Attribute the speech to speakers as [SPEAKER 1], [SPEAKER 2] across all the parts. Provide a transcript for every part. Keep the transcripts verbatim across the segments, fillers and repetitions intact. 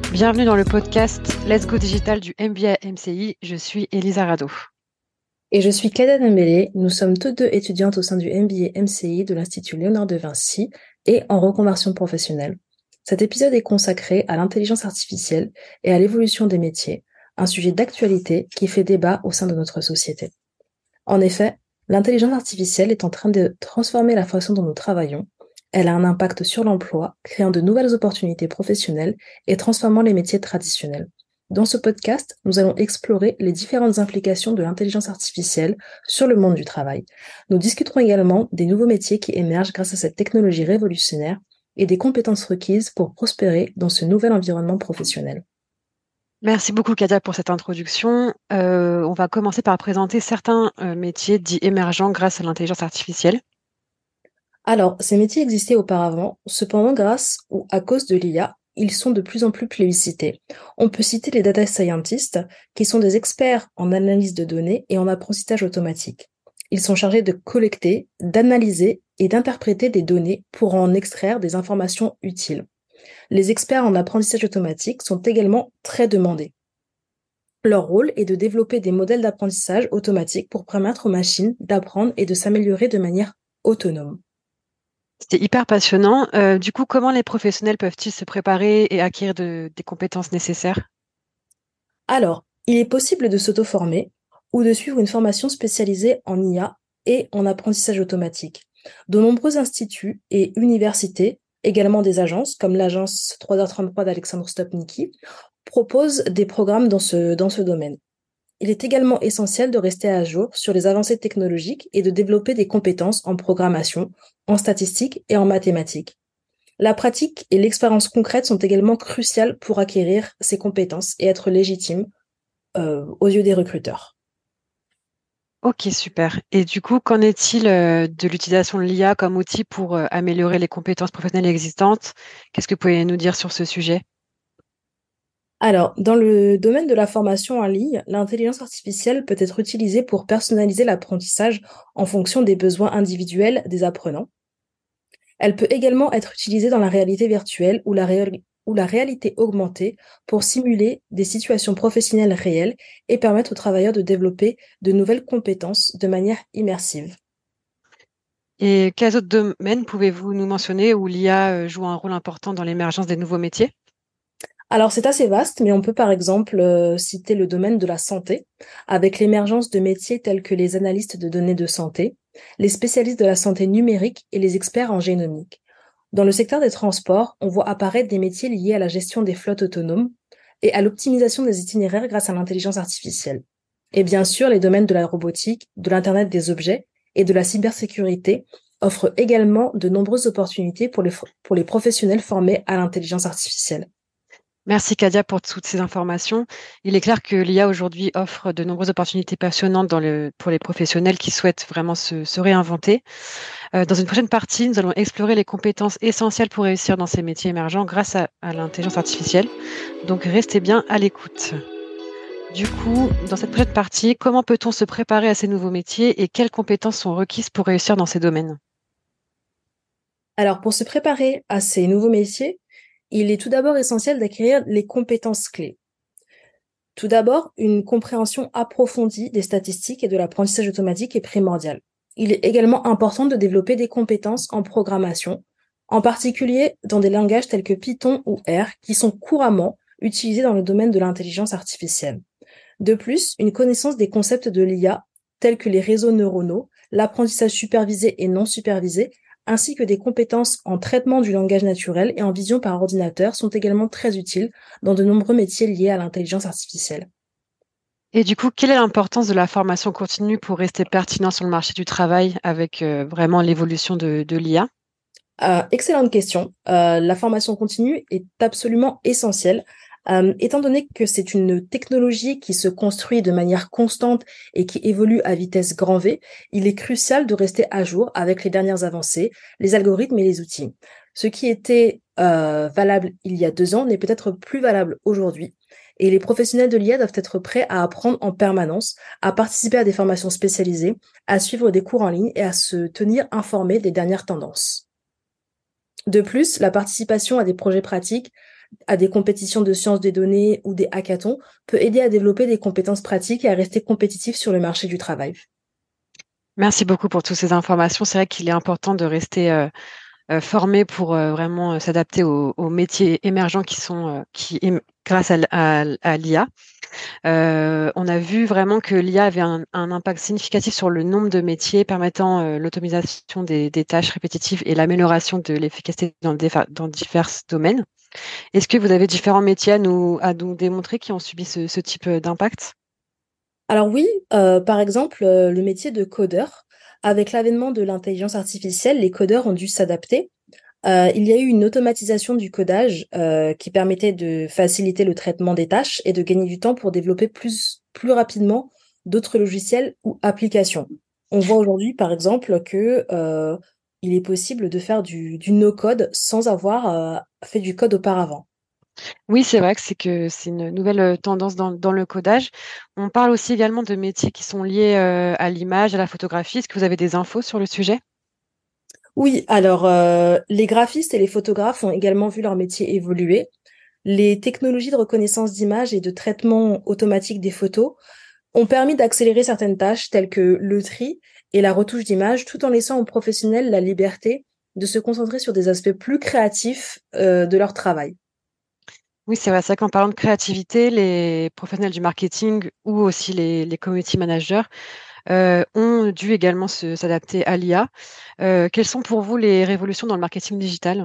[SPEAKER 1] Bienvenue dans le podcast Let's Go Digital du M B A M C I. Je suis Elisa Rado.
[SPEAKER 2] Et je suis Cléda Dembélé. Nous sommes toutes deux étudiantes au sein du M B A M C I de l'Institut Léonard de Vinci et en reconversion professionnelle. Cet épisode est consacré à l'intelligence artificielle et à l'évolution des métiers, un sujet d'actualité qui fait débat au sein de notre société. En effet, l'intelligence artificielle est en train de transformer la façon dont nous travaillons. Elle a un impact sur l'emploi, créant de nouvelles opportunités professionnelles et transformant les métiers traditionnels. Dans ce podcast, nous allons explorer les différentes implications de l'intelligence artificielle sur le monde du travail. Nous discuterons également des nouveaux métiers qui émergent grâce à cette technologie révolutionnaire et des compétences requises pour prospérer dans ce nouvel environnement professionnel.
[SPEAKER 1] Merci beaucoup, Kadia, pour cette introduction. Euh, on va commencer par présenter certains euh, métiers dits émergents grâce à l'intelligence artificielle.
[SPEAKER 2] Alors, ces métiers existaient auparavant, cependant, grâce ou à cause de l'I A, ils sont de plus en plus plébiscités. On peut citer les data scientists, qui sont des experts en analyse de données et en apprentissage automatique. Ils sont chargés de collecter, d'analyser et d'interpréter des données pour en extraire des informations utiles. Les experts en apprentissage automatique sont également très demandés. Leur rôle est de développer des modèles d'apprentissage automatique pour permettre aux machines d'apprendre et de s'améliorer de manière autonome.
[SPEAKER 1] C'était hyper passionnant. Euh, du coup, comment les professionnels peuvent-ils se préparer et acquérir de- des compétences nécessaires?
[SPEAKER 2] Alors, il est possible de s'auto-former ou de suivre une formation spécialisée en I A et en apprentissage automatique. De nombreux instituts et universités, également des agences comme l'agence trois heures trente-trois d'Alexandre Stopnicky, proposent des programmes dans ce, dans ce domaine. Il est également essentiel de rester à jour sur les avancées technologiques et de développer des compétences en programmation, en statistique et en mathématiques. La pratique et l'expérience concrète sont également cruciales pour acquérir ces compétences et être légitime euh, aux yeux des recruteurs.
[SPEAKER 1] Ok, super. Et du coup, qu'en est-il euh, de l'utilisation de l'I A comme outil pour euh, améliorer les compétences professionnelles existantes? Qu'est-ce que vous pouvez nous dire sur ce sujet?
[SPEAKER 2] Alors, dans le domaine de la formation en ligne, l'intelligence artificielle peut être utilisée pour personnaliser l'apprentissage en fonction des besoins individuels des apprenants. Elle peut également être utilisée dans la réalité virtuelle ou la, ré- ou la réalité augmentée pour simuler des situations professionnelles réelles et permettre aux travailleurs de développer de nouvelles compétences de manière immersive.
[SPEAKER 1] Et quels autres domaines pouvez-vous nous mentionner où l'I A euh, joue un rôle important dans l'émergence des nouveaux métiers?
[SPEAKER 2] Alors, c'est assez vaste, mais on peut par exemple euh, citer le domaine de la santé, avec l'émergence de métiers tels que les analystes de données de santé, les spécialistes de la santé numérique et les experts en génomique. Dans le secteur des transports, on voit apparaître des métiers liés à la gestion des flottes autonomes et à l'optimisation des itinéraires grâce à l'intelligence artificielle. Et bien sûr, les domaines de la robotique, de l'Internet des objets et de la cybersécurité offrent également de nombreuses opportunités pour les, pour les professionnels formés à l'intelligence artificielle.
[SPEAKER 1] Merci Kadia pour toutes ces informations. Il est clair que l'I A aujourd'hui offre de nombreuses opportunités passionnantes dans le, pour les professionnels qui souhaitent vraiment se, se réinventer. Euh, dans une prochaine partie, nous allons explorer les compétences essentielles pour réussir dans ces métiers émergents grâce à, à l'intelligence artificielle. Donc restez bien à l'écoute. Du coup, dans cette prochaine partie, comment peut-on se préparer à ces nouveaux métiers et quelles compétences sont requises pour réussir dans ces domaines?
[SPEAKER 2] Alors, pour se préparer à ces nouveaux métiers, il est tout d'abord essentiel d'acquérir les compétences clés. Tout d'abord, une compréhension approfondie des statistiques et de l'apprentissage automatique est primordiale. Il est également important de développer des compétences en programmation, en particulier dans des langages tels que Python ou R, qui sont couramment utilisés dans le domaine de l'intelligence artificielle. De plus, une connaissance des concepts de l'I A, tels que les réseaux neuronaux, l'apprentissage supervisé et non supervisé, ainsi que des compétences en traitement du langage naturel et en vision par ordinateur sont également très utiles dans de nombreux métiers liés à l'intelligence artificielle.
[SPEAKER 1] Et du coup, quelle est l'importance de la formation continue pour rester pertinent sur le marché du travail avec euh, vraiment l'évolution de, de l'I A?
[SPEAKER 2] Euh, excellente question. Euh, la formation continue est absolument essentielle, euh, étant donné que c'est une technologie qui se construit de manière constante et qui évolue à vitesse grand V. Il est crucial de rester à jour avec les dernières avancées, les algorithmes et les outils. Ce qui était euh, valable il y a deux ans n'est peut-être plus valable aujourd'hui. Et les professionnels de l'I A doivent être prêts à apprendre en permanence, à participer à des formations spécialisées, à suivre des cours en ligne et à se tenir informés des dernières tendances. De plus, la participation à des projets pratiques, à des compétitions de sciences des données ou des hackathons peut aider à développer des compétences pratiques et à rester compétitif sur le marché du travail.
[SPEAKER 1] Merci beaucoup pour toutes ces informations. C'est vrai qu'il est important de rester euh, euh, formé pour euh, vraiment euh, s'adapter aux, aux métiers émergents qui sont euh, qui ém- grâce à, l- à, à l'I A. Euh, on a vu vraiment que l'I A avait un, un impact significatif sur le nombre de métiers permettant euh, l'automatisation des, des tâches répétitives et l'amélioration de l'efficacité dans, des- dans divers domaines. Est-ce que vous avez différents métiers à nous, à nous démontrer qui ont subi ce, ce type euh, d'impact?
[SPEAKER 2] Alors oui, euh, par exemple, euh, le métier de codeur, avec l'avènement de l'intelligence artificielle, les codeurs ont dû s'adapter. Euh, il y a eu une automatisation du codage euh, qui permettait de faciliter le traitement des tâches et de gagner du temps pour développer plus, plus rapidement d'autres logiciels ou applications. On voit aujourd'hui, par exemple, que euh, il est possible de faire du, du no-code sans avoir euh, fait du code auparavant.
[SPEAKER 1] Oui, c'est vrai que c'est que c'est une nouvelle euh, tendance dans, dans le codage. On parle aussi également de métiers qui sont liés euh, à l'image, à la photographie. Est-ce que vous avez des infos sur le sujet?
[SPEAKER 2] Oui, alors euh, les graphistes et les photographes ont également vu leur métier évoluer. Les technologies de reconnaissance d'images et de traitement automatique des photos ont permis d'accélérer certaines tâches telles que le tri et la retouche d'images, tout en laissant aux professionnels la liberté de se concentrer sur des aspects plus créatifs euh, de leur travail.
[SPEAKER 1] Oui, c'est vrai, c'est vrai qu'en parlant de créativité, les professionnels du marketing ou aussi les, les community managers euh, ont dû également se- s'adapter à l'I A. Euh, quelles sont pour vous les révolutions dans le marketing digital?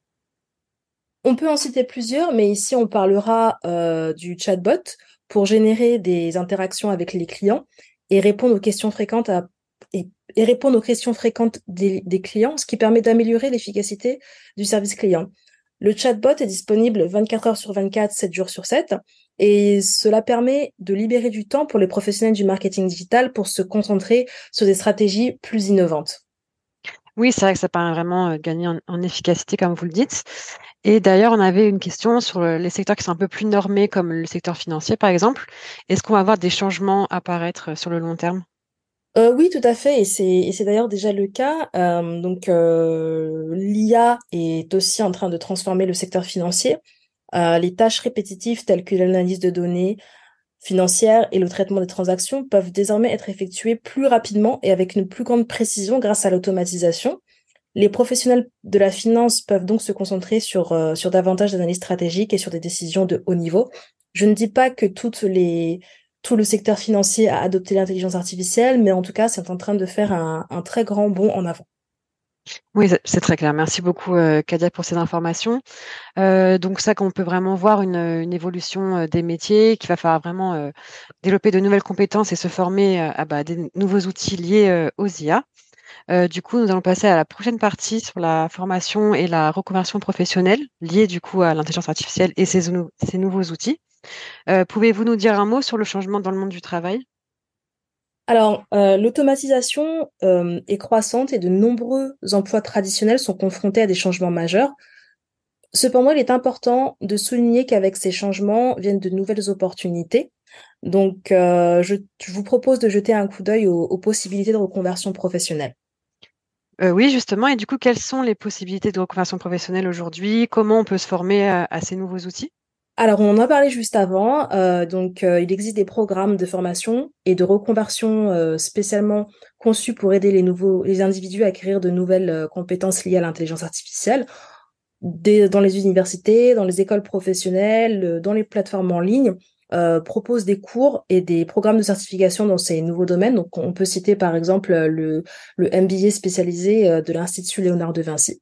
[SPEAKER 2] On peut en citer plusieurs, mais ici on parlera euh, du chatbot pour générer des interactions avec les clients et répondre aux questions fréquentes à- et, et répondre aux questions fréquentes des, des clients, ce qui permet d'améliorer l'efficacité du service client. Le chatbot est disponible vingt-quatre heures sur vingt-quatre, sept jours sur sept, et cela permet de libérer du temps pour les professionnels du marketing digital pour se concentrer sur des stratégies plus innovantes.
[SPEAKER 1] Oui, c'est vrai que ça permet vraiment euh, de gagner en, en efficacité, comme vous le dites. Et d'ailleurs, on avait une question sur le- les secteurs qui sont un peu plus normés, comme le secteur financier, par exemple. Est-ce qu'on va avoir des changements apparaître euh, sur le long terme?
[SPEAKER 2] Euh, oui, tout à fait, et c'est et c'est d'ailleurs déjà le cas. Euh, donc, euh, l'I A est aussi en train de transformer le secteur financier. Euh, les tâches répétitives telles que l'analyse de données financières et le traitement des transactions peuvent désormais être effectuées plus rapidement et avec une plus grande précision grâce à l'automatisation. Les professionnels de la finance peuvent donc se concentrer sur, euh, sur davantage d'analyses stratégiques et sur des décisions de haut niveau. Je ne dis pas que toutes les, tout le secteur financier a adopté l'intelligence artificielle, mais en tout cas, c'est en train de faire un, un très grand bond en avant.
[SPEAKER 1] Oui, c'est c'est très clair. Merci beaucoup, euh, Kadia, pour ces informations. Euh, donc, ça, qu'on peut vraiment voir une, une évolution euh, des métiers, qu'il va falloir vraiment euh, développer de nouvelles compétences et se former euh, à bah, des nouveaux outils liés euh, aux I A. Euh, du coup, nous allons passer à la prochaine partie sur la formation et la reconversion professionnelle liée du coup à l'intelligence artificielle et ces, nou- ces nouveaux outils. Euh, pouvez-vous nous dire un mot sur le changement dans le monde du travail?
[SPEAKER 2] Alors, euh, l'automatisation euh, est croissante et de nombreux emplois traditionnels sont confrontés à des changements majeurs. Cependant, il est important de souligner qu'avec ces changements viennent de nouvelles opportunités. Donc, euh, je, je vous propose de jeter un coup d'œil aux, aux possibilités de reconversion professionnelle.
[SPEAKER 1] Euh, oui, justement. Et du coup, quelles sont les possibilités de reconversion professionnelle aujourd'hui? Comment on peut se former à, à ces nouveaux outils?
[SPEAKER 2] Alors, on en a parlé juste avant. Euh, donc, euh, il existe des programmes de formation et de reconversion euh, spécialement conçus pour aider les nouveaux, les individus à acquérir de nouvelles euh, compétences liées à l'intelligence artificielle. Des- dans les universités, dans les écoles professionnelles, euh, dans les plateformes en ligne, euh, proposent des cours et des programmes de certification dans ces nouveaux domaines. Donc, on peut citer par exemple euh, le, le M B A spécialisé euh, de l'Institut Léonard de Vinci.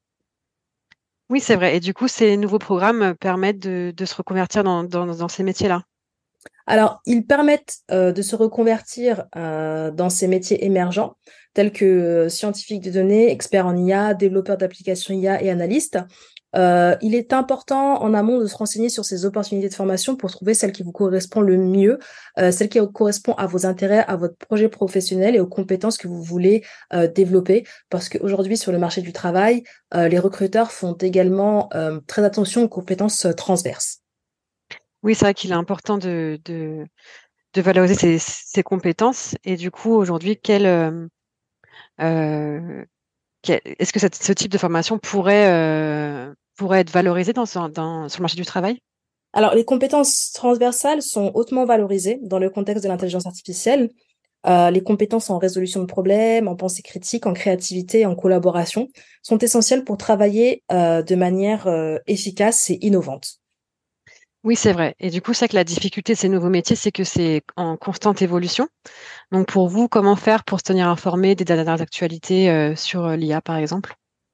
[SPEAKER 1] Oui, c'est vrai. Et du coup, ces nouveaux programmes euh, permettent de, de se reconvertir dans, dans, dans ces métiers-là.
[SPEAKER 2] Alors, ils permettent euh, de se reconvertir euh, dans ces métiers émergents, tels que euh, scientifique de données, expert en I A, développeur d'applications I A et analyste. Euh, il est important en amont de se renseigner sur ces opportunités de formation pour trouver celle qui vous correspond le mieux, euh, celle qui correspond à vos intérêts, à votre projet professionnel et aux compétences que vous voulez euh, développer. Parce qu'aujourd'hui, sur le marché du travail, euh, les recruteurs font également euh, très attention aux compétences euh, transverses.
[SPEAKER 1] Oui, c'est vrai qu'il est important de, de, de valoriser ses, ses compétences. Et du coup, aujourd'hui, quel, euh, euh, quel- est-ce que cette- ce type de formation pourrait euh, pourraient être valorisées dans, ce- dans- sur le marché du travail?
[SPEAKER 2] Alors, les compétences transversales sont hautement valorisées dans le contexte de l'intelligence artificielle. Euh, les compétences en résolution de problèmes, en pensée critique, en créativité, en collaboration sont essentielles pour travailler euh, de manière euh, efficace et innovante.
[SPEAKER 1] Oui, c'est vrai. Et du coup, c'est vrai que la difficulté de ces nouveaux métiers, c'est que c'est en constante évolution. Donc, pour vous, comment faire pour se tenir informé des dernières actualités euh, sur euh, l'I A, par exemple?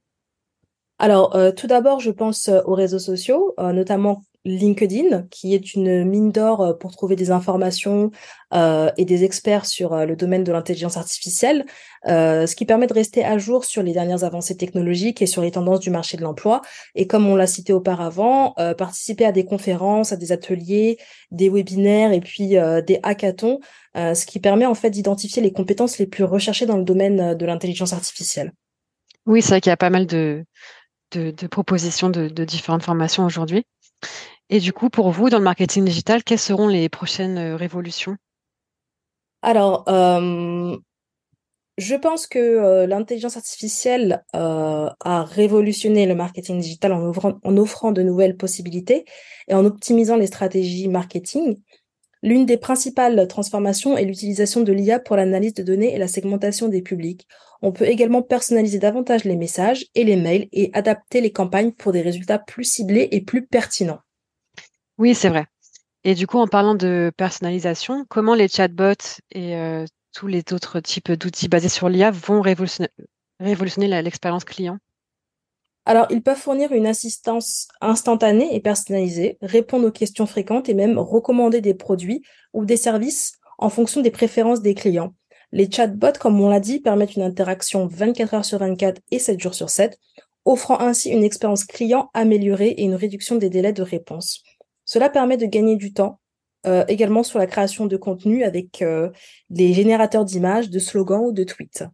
[SPEAKER 2] Alors, euh, tout d'abord, je pense euh, aux réseaux sociaux, euh, notamment LinkedIn, qui est une mine d'or euh, pour trouver des informations euh, et des experts sur euh, le domaine de l'intelligence artificielle, euh, ce qui permet de rester à jour sur les dernières avancées technologiques et sur les tendances du marché de l'emploi. Et comme on l'a cité auparavant, euh, participer à des conférences, à des ateliers, des webinaires et puis euh, des hackathons, euh, ce qui permet en fait d'identifier les compétences les plus recherchées dans le domaine euh, de l'intelligence artificielle.
[SPEAKER 1] Oui, c'est vrai qu'il y a pas mal de, de, de propositions de, de différentes formations aujourd'hui. Et du coup, pour vous, dans le marketing digital, quelles seront les prochaines euh, révolutions?
[SPEAKER 2] Alors, euh, je pense que euh, l'intelligence artificielle euh, a révolutionné le marketing digital en ouvrant- en offrant de nouvelles possibilités et en optimisant les stratégies marketing. L'une des principales transformations est l'utilisation de l'I A pour l'analyse de données et la segmentation des publics. On peut également personnaliser davantage les messages et les mails et adapter les campagnes pour des résultats plus ciblés et plus pertinents.
[SPEAKER 1] Oui, c'est vrai. Et du coup, en parlant de personnalisation, comment les chatbots et euh, tous les autres types d'outils basés sur l'I A vont révolutionner, révolutionner la- l'expérience client?
[SPEAKER 2] Alors, ils peuvent fournir une assistance instantanée et personnalisée, répondre aux questions fréquentes et même recommander des produits ou des services en fonction des préférences des clients. Les chatbots, comme on l'a dit, permettent une interaction vingt-quatre heures sur vingt-quatre et sept jours sur sept, offrant ainsi une expérience client améliorée et une réduction des délais de réponse. Cela permet de gagner du temps, euh, également sur la création de contenu avec euh, les générateurs d'images, de slogans ou de tweets.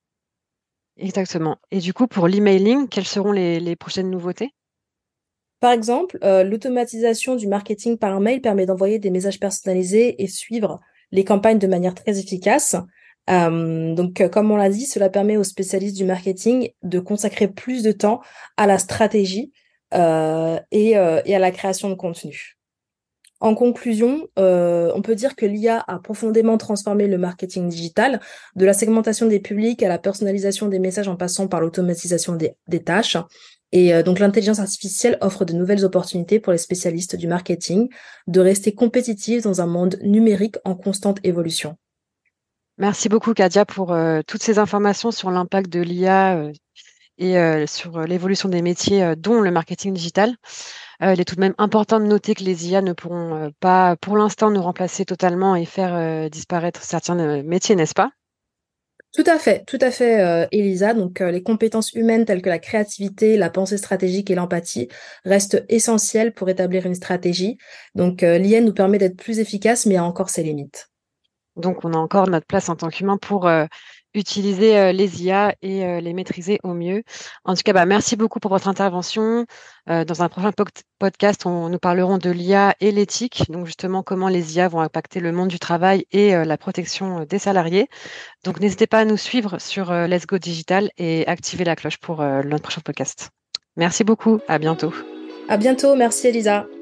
[SPEAKER 1] Exactement. Et du coup, pour l'emailing, quelles seront les, les prochaines nouveautés?
[SPEAKER 2] Par exemple, euh, l'automatisation du marketing par mail permet d'envoyer des messages personnalisés et suivre les campagnes de manière très efficace. Euh, donc, euh, comme on l'a dit, cela permet aux spécialistes du marketing de consacrer plus de temps à la stratégie euh, et, euh, et à la création de contenu. En conclusion, euh, on peut dire que l'I A a profondément transformé le marketing digital, de la segmentation des publics à la personnalisation des messages en passant par l'automatisation des, des tâches. Et euh, donc l'intelligence artificielle offre de nouvelles opportunités pour les spécialistes du marketing de rester compétitifs dans un monde numérique en constante évolution.
[SPEAKER 1] Merci beaucoup, Kadia, pour euh, toutes ces informations sur l'impact de l'I A euh, et euh, sur euh, l'évolution des métiers, euh, dont le marketing digital. Euh, il est tout de même important de noter que les I A ne pourront euh, pas, pour l'instant, nous remplacer totalement et faire euh, disparaître certains euh, métiers, n'est-ce pas?
[SPEAKER 2] Tout à fait, tout à fait, euh, Elisa. Donc, euh, les compétences humaines telles que la créativité, la pensée stratégique et l'empathie restent essentielles pour établir une stratégie. Donc, euh, l'I A nous permet d'être plus efficace, mais a encore ses limites.
[SPEAKER 1] Donc, on a encore notre place en tant qu'humain pour euh, utiliser euh, les I A et euh, les maîtriser au mieux. En tout cas, bah, merci beaucoup pour votre intervention. Euh, dans un prochain poc- podcast, on, nous parlerons de l'I A et l'éthique, donc justement comment les I A vont impacter le monde du travail et euh, la protection euh, des salariés. Donc, n'hésitez pas à nous suivre sur euh, Let's Go Digital et activer la cloche pour euh, notre prochain podcast. Merci beaucoup, à bientôt.
[SPEAKER 2] À bientôt, merci Elisa.